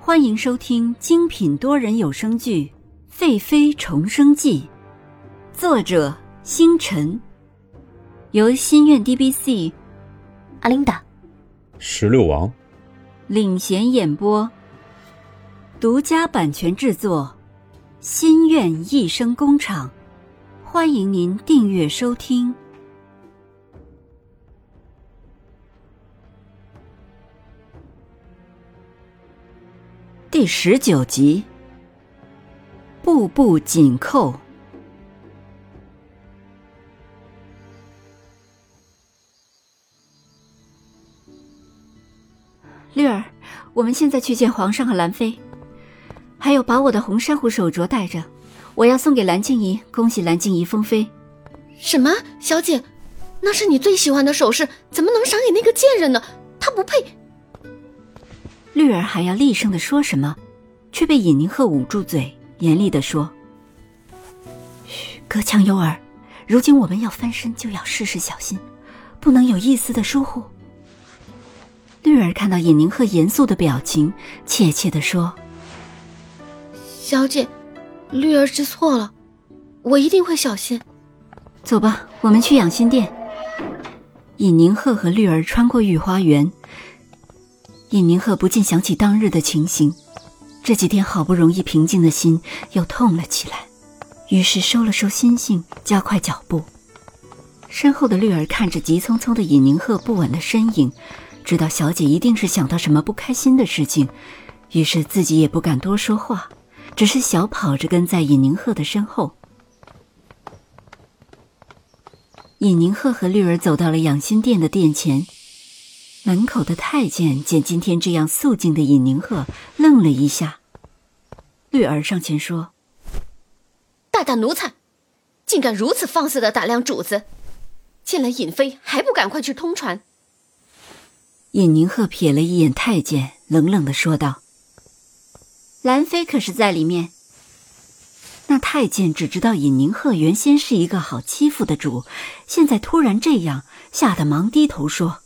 欢迎收听精品多人有声剧《废妃重生记》，作者星辰，由心愿 DBC、 阿琳达、 16王领衔演播，独家版权制作，心愿一声工厂。欢迎您订阅收听。第19集，步步紧扣。绿儿，我们现在去见皇上和兰妃，还有把我的红珊瑚手镯带着，我要送给蓝静怡，恭喜蓝静怡封妃。 什么？小姐，那是你最喜欢的首饰，怎么能赏给那个贱人呢？她不配。 绿儿还要厉声地说什么，却被尹宁鹤捂住嘴，严厉地说：嘘，隔墙有耳，如今我们要翻身，就要事事小心，不能有一丝的疏忽。绿儿看到尹宁鹤严肃的表情，怯怯地说： 小姐，绿儿知错了，我一定会小心。 走吧，我们去养心殿。尹宁鹤和绿儿穿过御花园，尹宁鹤不禁想起当日的情形，这几天好不容易平静的心又痛了起来，于是收了收心性，加快脚步。身后的绿儿看着急匆匆的尹宁鹤不稳的身影，知道小姐一定是想到什么不开心的事情，于是自己也不敢多说话，只是小跑着跟在尹宁鹤的身后。尹宁鹤和绿儿走到了养心殿的殿前，门口的太监见今天这样肃静的尹宁鹤，愣了一下。绿儿上前说： 大胆奴才，竟敢如此放肆地打量主子，见了尹妃还不赶快去通传。 尹宁鹤瞥了一眼太监，冷冷地说道：兰妃可是在里面。那太监只知道尹宁鹤原先是一个好欺负的主，现在突然这样，吓得忙低头说：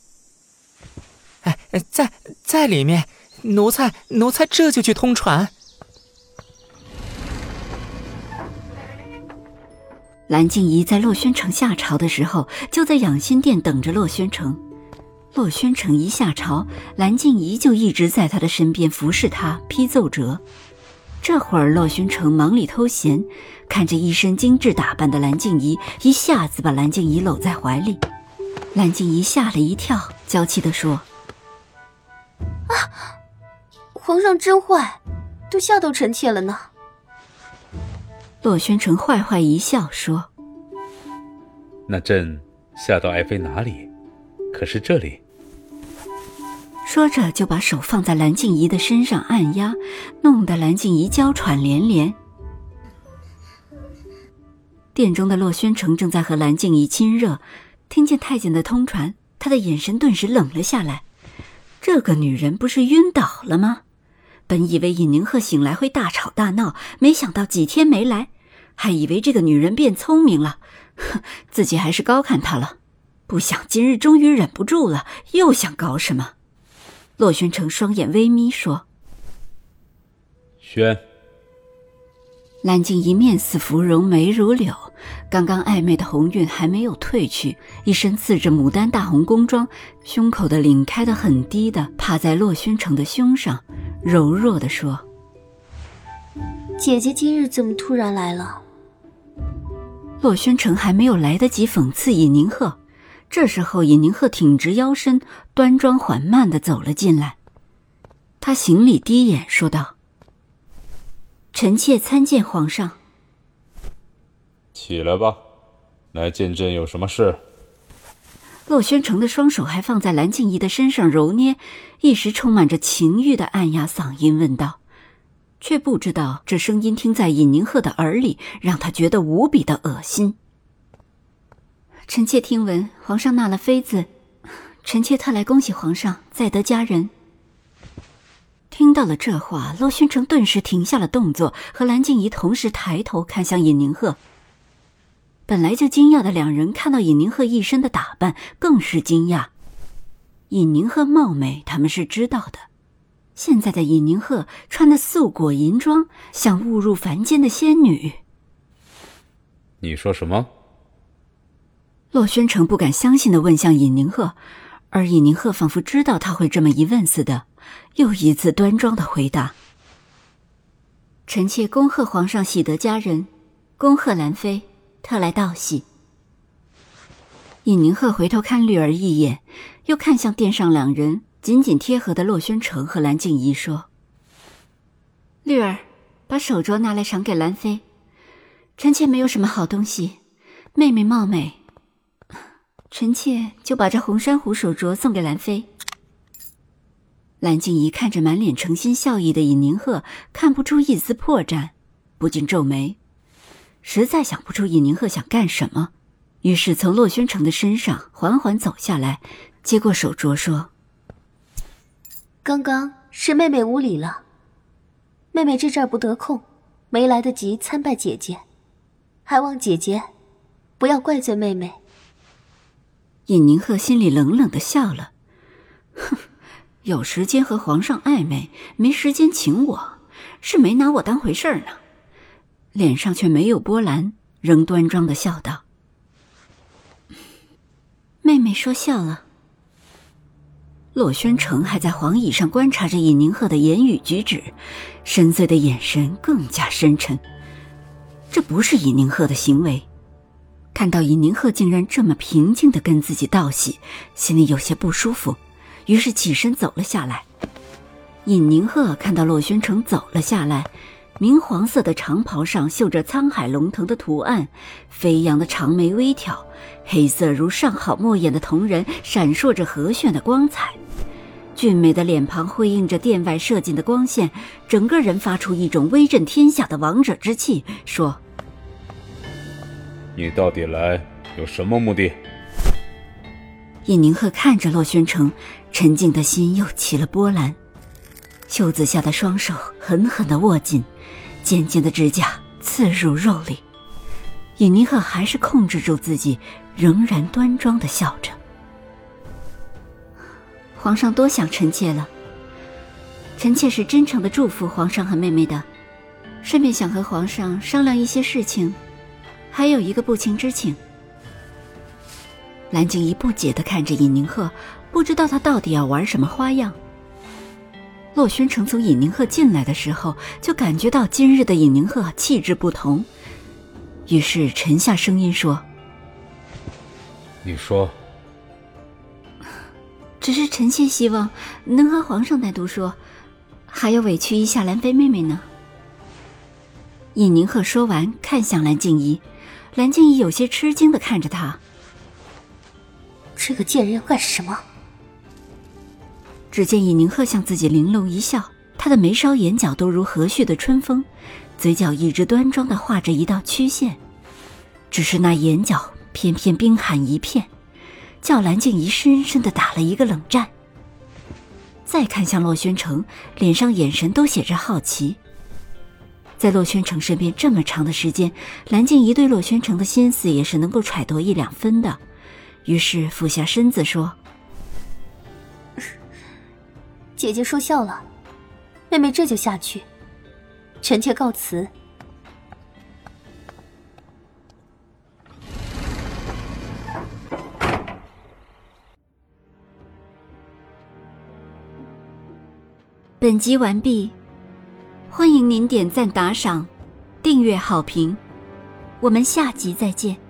在里面，奴才这就去通传。 蓝静怡在洛宣城下朝的时候，就在养心殿等着洛宣城。洛宣城一下朝，蓝静怡就一直在他的身边服侍他，批奏折。这会儿洛宣城忙里偷闲，看着一身精致打扮的蓝静怡，一下子把蓝静怡搂在怀里。蓝静怡吓了一跳，娇气地说： 皇上真坏，都吓到臣妾了呢。 洛宣城坏坏一笑说： 那朕吓到爱妃哪里？可是这里。 说着就把手放在蓝静怡的身上按压，弄得蓝静怡娇喘连连。殿中的洛宣城正在和蓝静怡亲热，听见太监的通传，他的眼神顿时冷了下来。这个女人不是晕倒了吗？本以为尹宁鹤醒来会大吵大闹，没想到几天没来，还以为这个女人变聪明了，自己还是高看她了。不想今日终于忍不住了，又想搞什么。洛宣城双眼微眯说： 宣。 蓝静怡面似芙蓉，眉如柳，刚刚暧昧的红晕还没有褪去，一身刺着牡丹大红宫装，胸口的领开得很低的趴在洛宣城的胸上，柔弱地说： 姐姐今日怎么突然来了？ 洛宣城还没有来得及讽刺尹宁鹤，这时候尹宁鹤挺直腰身，端庄缓慢地走了进来。他行礼低眼说道：臣妾参见皇上。 起来吧，来见朕有什么事？ 洛宣城的双手还放在蓝静怡的身上揉捏，一时充满着情欲的暗哑嗓音问道，却不知道这声音听在尹宁鹤的耳里，让他觉得无比的恶心。臣妾听闻皇上纳了妃子，臣妾特来恭喜皇上再得佳人。听到了这话，洛宣城顿时停下了动作，和蓝静怡同时抬头看向尹宁鹤。本来就惊讶的两人看到尹宁鹤一身的打扮，更是惊讶。尹宁鹤貌美他们是知道的， 现在的尹宁鹤穿的素裹银装，像误入凡间的仙女。 你说什么？ 洛宣城不敢相信地问向尹宁鹤，而尹宁鹤仿佛知道他会这么一问似的，又一次端庄地回答：臣妾恭贺皇上喜得佳人，恭贺兰妃，特来道喜。尹宁鹤回头看绿儿一眼，又看向殿上两人紧紧贴合的洛宣城和蓝静怡，说：绿儿，把手镯拿来赏给兰妃。臣妾没有什么好东西，妹妹貌美，臣妾就把这红珊瑚手镯送给兰妃。蓝静怡看着满脸诚心笑意的尹宁鹤，看不出一丝破绽，不禁皱眉，实在想不出尹宁鹤想干什么，于是从洛宣城的身上缓缓走下来，接过手镯说： 刚刚是妹妹无礼了，妹妹这阵儿不得空，没来得及参拜姐姐，还望姐姐不要怪罪妹妹。 尹宁鹤心里冷冷地笑了，哼，有时间和皇上暧昧，没时间请我，是没拿我当回事儿呢。脸上却没有波澜，仍端庄地笑道：妹妹说笑了。洛宣城还在黄椅上观察着尹宁鹤的言语举止，深邃的眼神更加深沉。这不是尹宁鹤的行为。看到尹宁鹤竟然这么平静地跟自己道喜，心里有些不舒服，于是起身走了下来。尹宁鹤看到洛宣城走了下来，明黄色的长袍上绣着沧海龙腾的图案，飞扬的长眉微挑，黑色如上好墨眼的瞳仁闪烁着和煦的光彩，俊美的脸庞辉映着殿外射进的光线，整个人发出一种威震天下的王者之气，说： 你到底来有什么目的？ 尹宁鹤看着洛宣城，沉静的心又起了波澜，袖子下的双手狠狠地握紧，尖尖的指甲刺入肉里。尹宁鹤还是控制住自己，仍然端庄地笑着。皇上多想臣妾了，臣妾是真诚地祝福皇上和妹妹的，顺便想和皇上商量一些事情，还有一个不情之请。蓝静怡不解地看着尹宁鹤，不知道他到底要玩什么花样。洛宣城从尹宁鹤进来的时候，就感觉到今日的尹宁鹤气质不同，于是沉下声音说： 你说。 只是臣妾希望能和皇上单独说，还要委屈一下兰妃妹妹呢。尹宁鹤说完，看向蓝静怡，蓝静怡有些吃惊地看着他。 这个贱人要干什么？ 只见尹宁鹤向自己玲珑一笑，他的眉梢眼角都如和煦的春风，嘴角一直端庄地画着一道曲线，只是那眼角偏偏冰寒一片，叫蓝静怡深深地打了一个冷战。再看向洛宣城，脸上眼神都写着好奇。在洛宣城身边这么长的时间，蓝静怡对洛宣城的心思也是能够揣度一两分的，于是俯下身子说： 姐姐说笑了，妹妹这就下去，臣妾告辞。 本集完毕，欢迎您点赞打赏、订阅好评，我们下集再见。